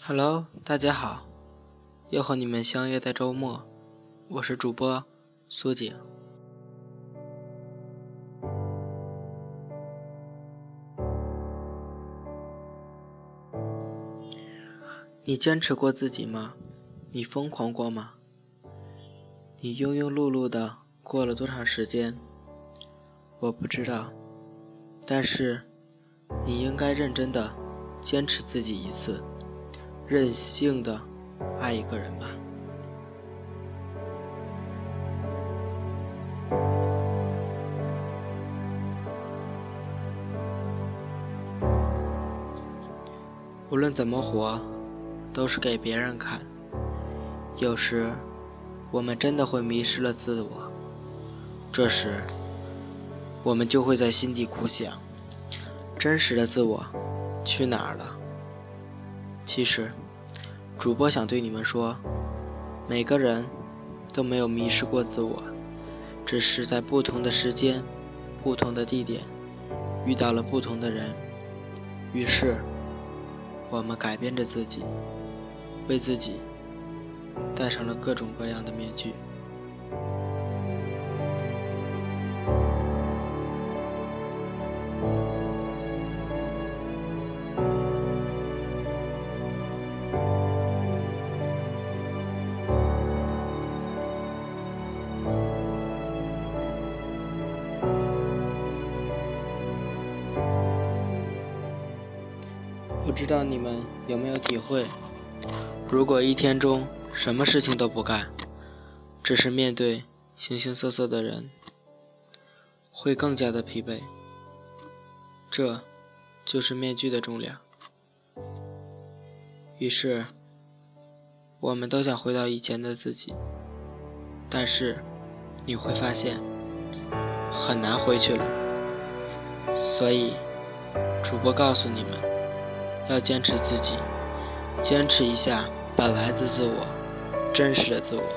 Hello， 大家好，又和你们相约在周末，我是主播苏景。你坚持过自己吗？你疯狂过吗？你庸庸碌碌的过了多长时间？我不知道，但是你应该认真的坚持自己一次，任性的爱一个人吧。无论怎么活，都是给别人看。有时我们真的会迷失了自我，这时我们就会在心底苦想，真实的自我去哪儿了？其实主播想对你们说，每个人都没有迷失过自我，只是在不同的时间、不同的地点遇到了不同的人，于是我们改变着自己，为自己戴上了各种各样的面具。不知道你们有没有体会，如果一天中什么事情都不干，只是面对形形色色的人，会更加的疲惫。这就是面具的重量。于是我们都想回到以前的自己，但是你会发现很难回去了。所以主播告诉你们，要坚持自己，坚持一下本来的自我，真实的自我。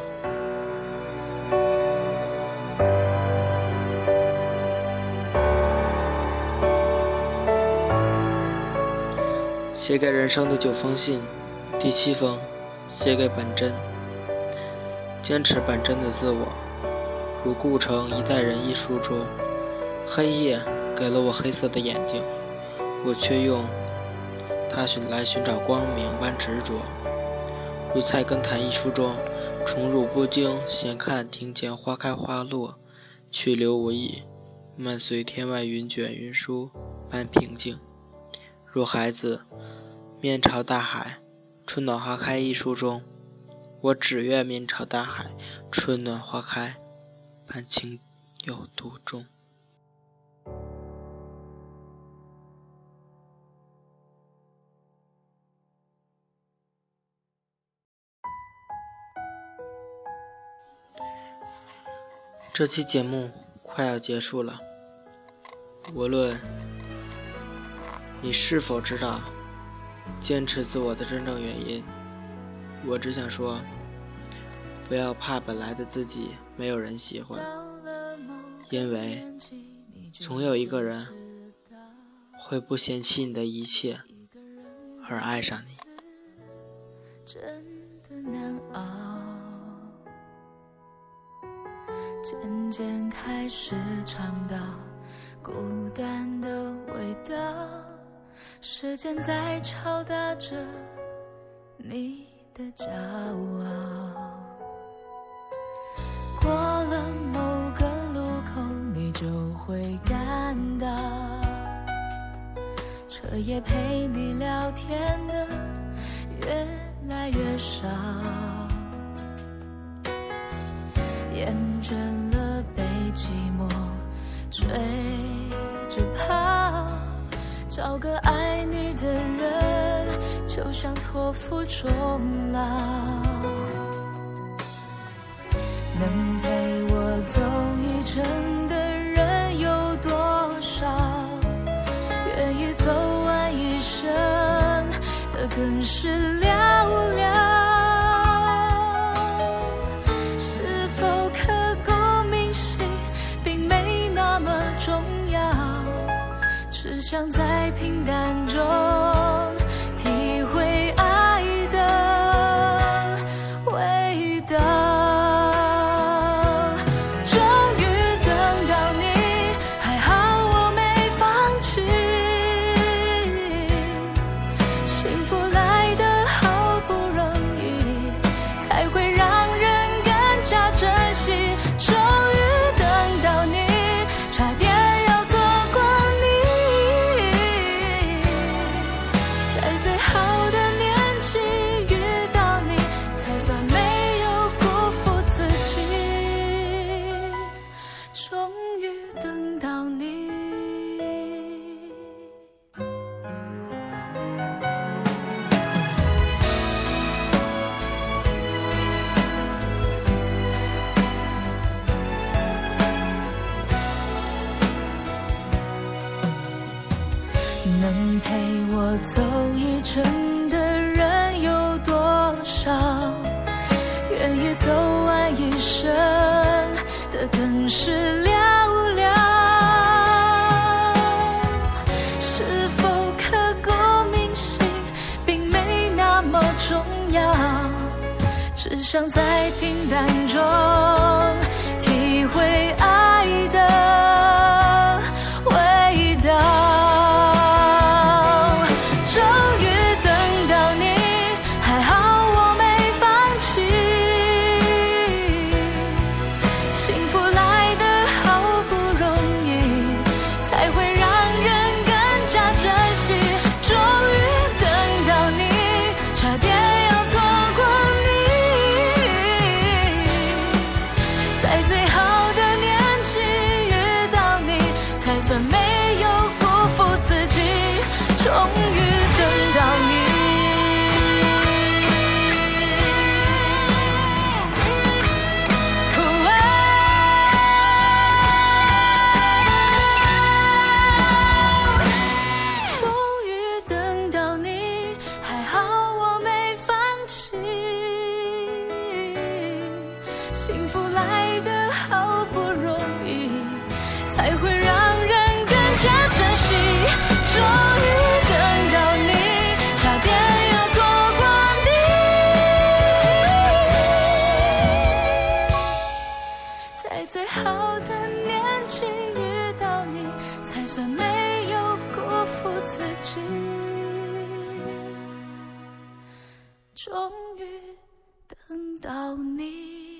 写给人生的9封信，第7封写给本真。坚持本真的自我，如顾城《一代人》一书中，黑夜给了我黑色的眼睛，我却用它来寻找光明般执着。如菜根谭一书中，宠辱不惊，闲看庭前花开花落，去留无意，漫随天外云卷云舒般平静。如孩子面朝大海，春暖花开一书中，我只愿面朝大海，春暖花开般情有独钟。这期节目快要结束了，无论你是否知道坚持自我的真正原因，我只想说，不要怕本来的自己没有人喜欢，因为总有一个人会不嫌弃你的一切而爱上你。 真的难熬，渐渐开始尝到孤单的味道，时间在敲打着你的骄傲，过了某个路口你就会感到，彻夜陪你聊天的越来越少，厌倦了被寂寞追着跑，找个爱你的人就像托付终老，能陪我走一程的人有多少，愿意走完一生的更是寥寥，是否刻骨铭心并没那么重要，只想在平淡中体会爱总是寥寥。是否刻骨铭心，并没那么重要，只想在平淡中体会爱的味道。终于等到你，还好我没放弃，幸福来得好不容易，才会让人更加珍惜。终于等到你，差点要错过你，在最好的年纪遇到你，才算没有辜负自己。终于等到你，终于等到你，还好我没放弃，幸福来得好不容易，才会让人更加珍惜。终于等到你，差点要错过你，在最好的年纪遇到你，才算没有辜负自己。终于等到你。